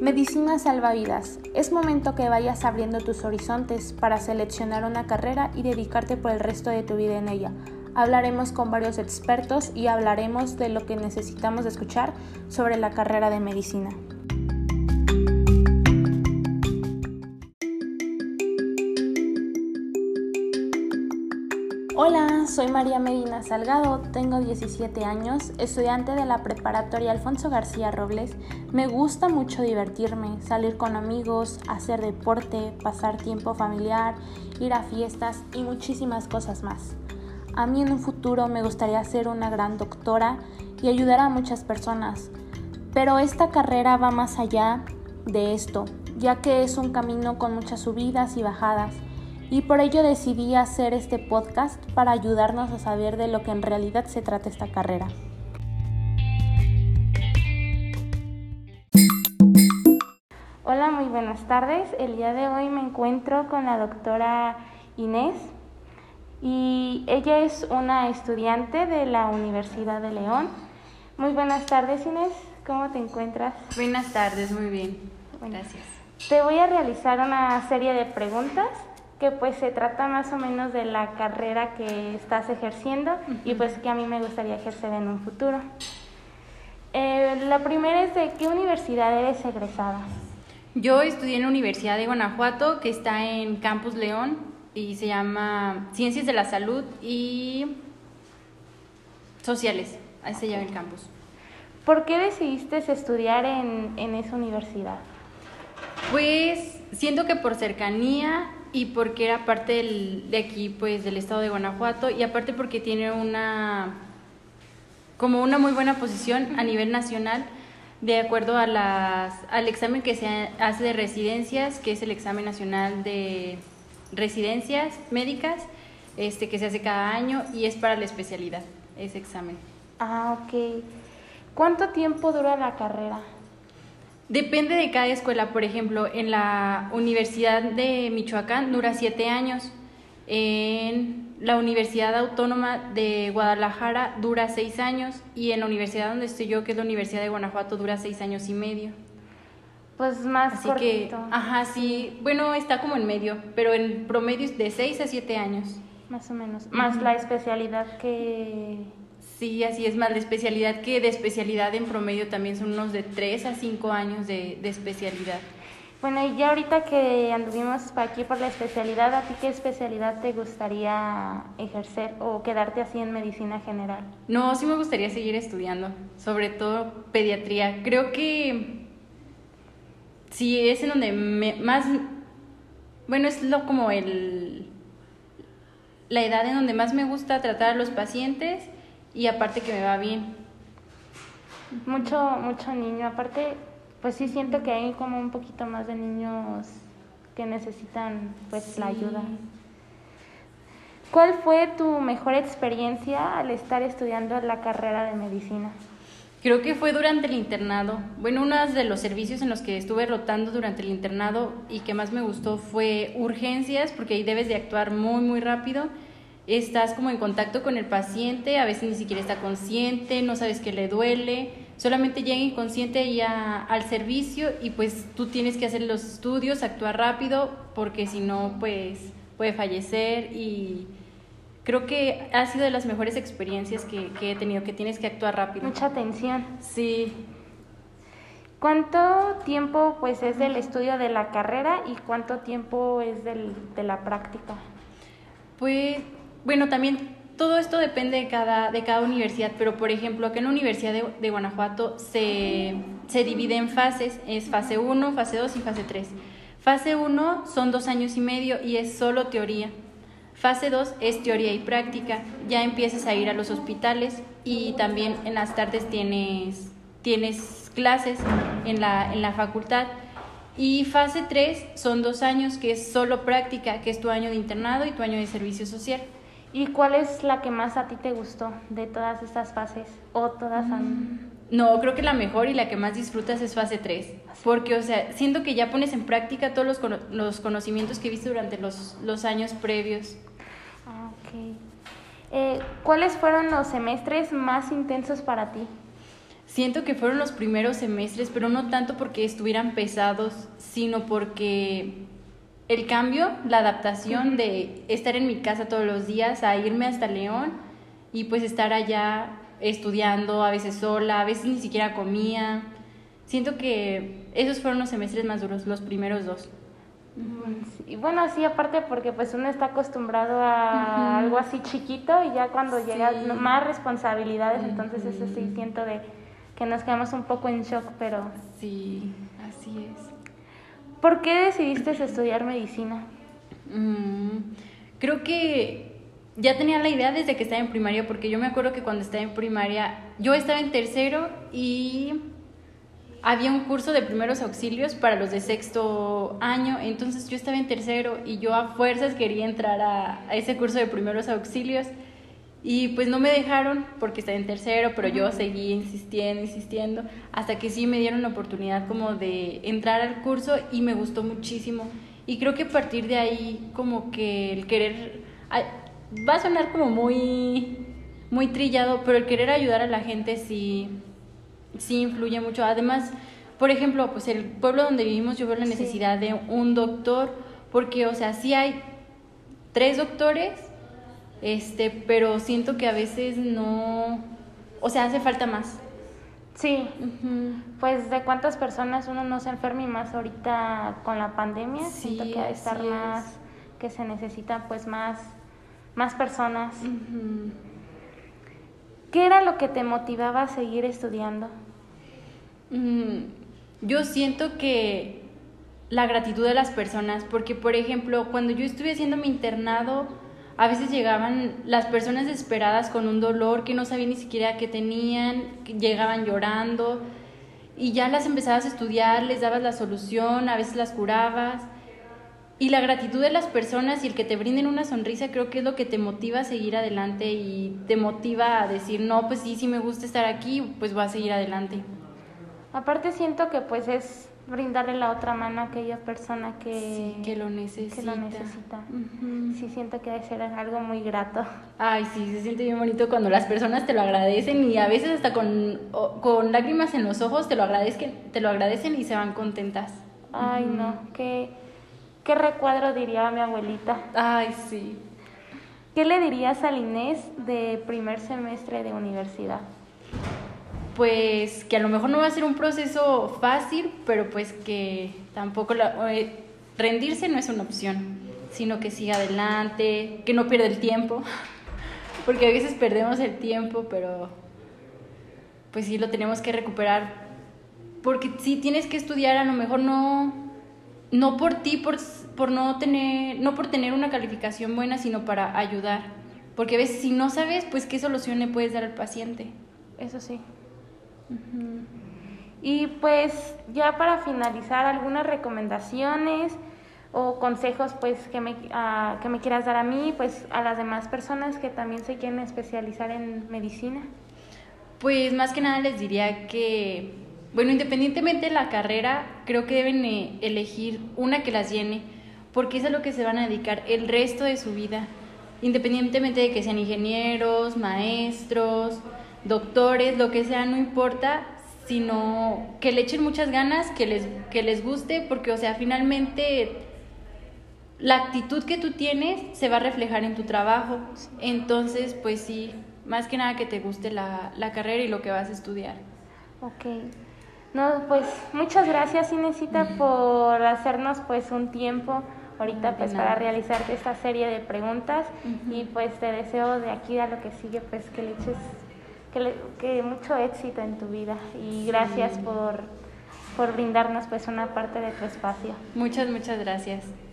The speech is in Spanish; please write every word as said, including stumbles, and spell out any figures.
Medicina salva vidas. Es momento que vayas abriendo tus horizontes para seleccionar una carrera y dedicarte por el resto de tu vida en ella. Hablaremos con varios expertos y hablaremos de lo que necesitamos escuchar sobre la carrera de medicina. Hola, soy María Medina Salgado, tengo diecisiete años, estudiante de la preparatoria Alfonso García Robles. Me gusta mucho divertirme, salir con amigos, hacer deporte, pasar tiempo familiar, ir a fiestas y muchísimas cosas más. A mí en un futuro me gustaría ser una gran doctora y ayudar a muchas personas, pero esta carrera va más allá de esto, ya que es un camino con muchas subidas y bajadas. Y por ello decidí hacer este podcast para ayudarnos a saber de lo que en realidad se trata esta carrera. Hola, muy buenas tardes. El día de hoy me encuentro con la doctora Inés y ella es una estudiante de la Universidad de León. Muy buenas tardes, Inés. ¿Cómo te encuentras? Buenas tardes, muy bien. Gracias. Te voy a realizar una serie de preguntas que pues se trata más o menos de la carrera que estás ejerciendo uh-huh. y pues que a mí me gustaría ejercer en un futuro. Eh, la primera es de ¿qué universidad eres egresada? Yo estudié en la Universidad de Guanajuato, que está en Campus León y se llama Ciencias de la Salud y Sociales, ahí se llama el campus. ¿Por qué decidiste estudiar en, en esa universidad? Pues siento que por cercanía y porque era parte del, de aquí, pues del estado de Guanajuato, y aparte porque tiene una como una muy buena posición a nivel nacional de acuerdo a las al examen que se hace de residencias, que es el examen nacional de residencias médicas, este que se hace cada año y es para la especialidad ese examen. Ah, ok. ¿Cuánto tiempo dura la carrera? Depende de cada escuela. Por ejemplo, en la Universidad de Michoacán dura siete años. En la Universidad Autónoma de Guadalajara dura seis años. Y en la universidad donde estoy yo, que es la Universidad de Guanajuato, dura seis años y medio. Pues más Así cortito. que, ajá, sí. Bueno, está como en medio, pero en promedio es de seis a siete años. Más o menos. Más uh-huh. la especialidad que... Sí, así es, más la especialidad, que de especialidad en promedio también son unos de tres a cinco años de, de especialidad. Bueno, y ya ahorita que anduvimos aquí por la especialidad, ¿a ti qué especialidad te gustaría ejercer o quedarte así en medicina general? No, sí me gustaría seguir estudiando, sobre todo pediatría. Creo que sí es en donde me, más, bueno, es lo como el, la edad en donde más me gusta tratar a los pacientes. Y aparte que me va bien. Mucho, mucho niño. Aparte, pues sí siento que hay como un poquito más de niños que necesitan pues sí. la ayuda. ¿Cuál fue tu mejor experiencia al estar estudiando la carrera de medicina? Creo que fue durante el internado. Bueno, uno de los servicios en los que estuve rotando durante el internado y que más me gustó fue urgencias, porque ahí debes de actuar muy, muy rápido. Estás como en contacto con el paciente, a veces ni siquiera está consciente, no sabes qué le duele, solamente llega inconsciente ahí a, al servicio y pues tú tienes que hacer los estudios, actuar rápido, porque si no pues puede fallecer. Y creo que ha sido de las mejores experiencias que, que he tenido, que tienes que actuar rápido. Mucha atención. Sí. ¿Cuánto tiempo pues es del estudio de la carrera y cuánto tiempo es del, de la práctica? Pues... Bueno, también todo esto depende de cada, de cada universidad, pero por ejemplo, acá en la Universidad de, de Guanajuato se, se divide en fases, es fase uno, fase dos y fase tres. Fase uno son dos años y medio y es solo teoría. Fase dos es teoría y práctica, ya empiezas a ir a los hospitales y también en las tardes tienes, tienes clases en la, en la facultad. Y fase tres son dos años, que es solo práctica, que es tu año de internado y tu año de servicio social. ¿Y cuál es la que más a ti te gustó de todas estas fases? ¿O todas han...? No, creo que la mejor y la que más disfrutas es fase tres. Porque, o sea, siento que ya pones en práctica todos los, cono- los conocimientos que viste durante los, los años previos. Ah, ok. Eh, ¿Cuáles fueron los semestres más intensos para ti? siento que fueron los primeros semestres, pero no tanto porque estuvieran pesados, sino porque el cambio, la adaptación uh-huh. de estar en mi casa todos los días a irme hasta León y pues estar allá estudiando, a veces sola, a veces ni siquiera comía. Siento que esos fueron los semestres más duros, los primeros dos. Y bueno, sí, aparte porque pues uno está acostumbrado a uh-huh. algo así chiquito y ya cuando sí. llegan más responsabilidades, uh-huh. entonces eso sí siento de que nos quedamos un poco en shock, pero... Sí, así es. ¿Por qué decidiste estudiar medicina? Mm, creo que ya tenía la idea desde que estaba en primaria, porque yo me acuerdo que cuando estaba en primaria, yo estaba en tercero y había un curso de primeros auxilios para los de sexto año, entonces yo estaba en tercero y yo a fuerzas quería entrar a, a ese curso de primeros auxilios y pues no me dejaron porque estaba en tercero, pero yo seguí insistiendo, insistiendo, hasta que sí me dieron la oportunidad como de entrar al curso y me gustó muchísimo. Y creo que a partir de ahí como que el querer, va a sonar como muy, muy trillado, pero el querer ayudar a la gente sí... sí influye mucho. Además, por ejemplo, pues el pueblo donde vivimos yo veo la necesidad sí. de un doctor, porque, o sea, sí hay tres doctores, este, pero siento que a veces no, o sea, hace falta más. Sí, uh-huh. pues de cuántas personas uno no se enferma y más ahorita con la pandemia, sí, siento que ha de estar más, es. que se necesitan pues más, más personas. Uh-huh. ¿Qué era lo que te motivaba a seguir estudiando? Mm, yo siento que la gratitud de las personas, porque por ejemplo, cuando yo estuve haciendo mi internado, a veces llegaban las personas desesperadas con un dolor que no sabían ni siquiera qué tenían, que llegaban llorando y ya las empezabas a estudiar, les dabas la solución, a veces las curabas. Y la gratitud de las personas y el que te brinden una sonrisa creo que es lo que te motiva a seguir adelante y te motiva a decir, no, pues sí, sí me gusta estar aquí, pues voy a seguir adelante. Aparte siento que pues es brindarle la otra mano a aquella persona que, sí, que lo necesita. Que lo necesita. Uh-huh. Sí, siento que debe ser algo muy grato. Ay, sí, se siente bien bonito cuando las personas te lo agradecen y a veces hasta con, con lágrimas en los ojos te lo agradecen, te lo agradecen y se van contentas. Ay, uh-huh. no, qué, qué recuadro diría mi abuelita. Ay, sí. ¿Qué le dirías a Inés de primer semestre de universidad? Pues que a lo mejor no va a ser un proceso fácil, pero pues que tampoco la, eh, rendirse no es una opción, sino que siga adelante, que no pierda el tiempo, porque a veces perdemos el tiempo, pero pues sí lo tenemos que recuperar, porque sí tienes que estudiar, a lo mejor no, no por ti, por, por no tener, no por tener una calificación buena, sino para ayudar, porque a veces si no sabes, pues qué solución le puedes dar al paciente. Eso sí. Uh-huh. Y pues ya para finalizar, algunas recomendaciones o consejos pues que me, uh, que me quieras dar a mí, pues a las demás personas que también se quieren especializar en medicina. Pues más que nada les diría que, bueno, independientemente de la carrera, creo que deben eh, elegir una que las llene, porque es a lo que se van a dedicar el resto de su vida, independientemente de que sean ingenieros, maestros, doctores, lo que sea, no importa, sino que le echen muchas ganas, que les, que les guste, porque, o sea, finalmente la actitud que tú tienes se va a reflejar en tu trabajo. Entonces, pues sí, más que nada que te guste la, la carrera y lo que vas a estudiar. Ok. No, pues muchas gracias, Inesita, uh-huh. por hacernos pues un tiempo ahorita pues para realizarte esta serie de preguntas uh-huh. y pues te deseo de aquí a lo que sigue pues que le eches Que, le, que mucho éxito en tu vida y sí. gracias por, por brindarnos pues una parte de tu espacio. Muchas, muchas gracias.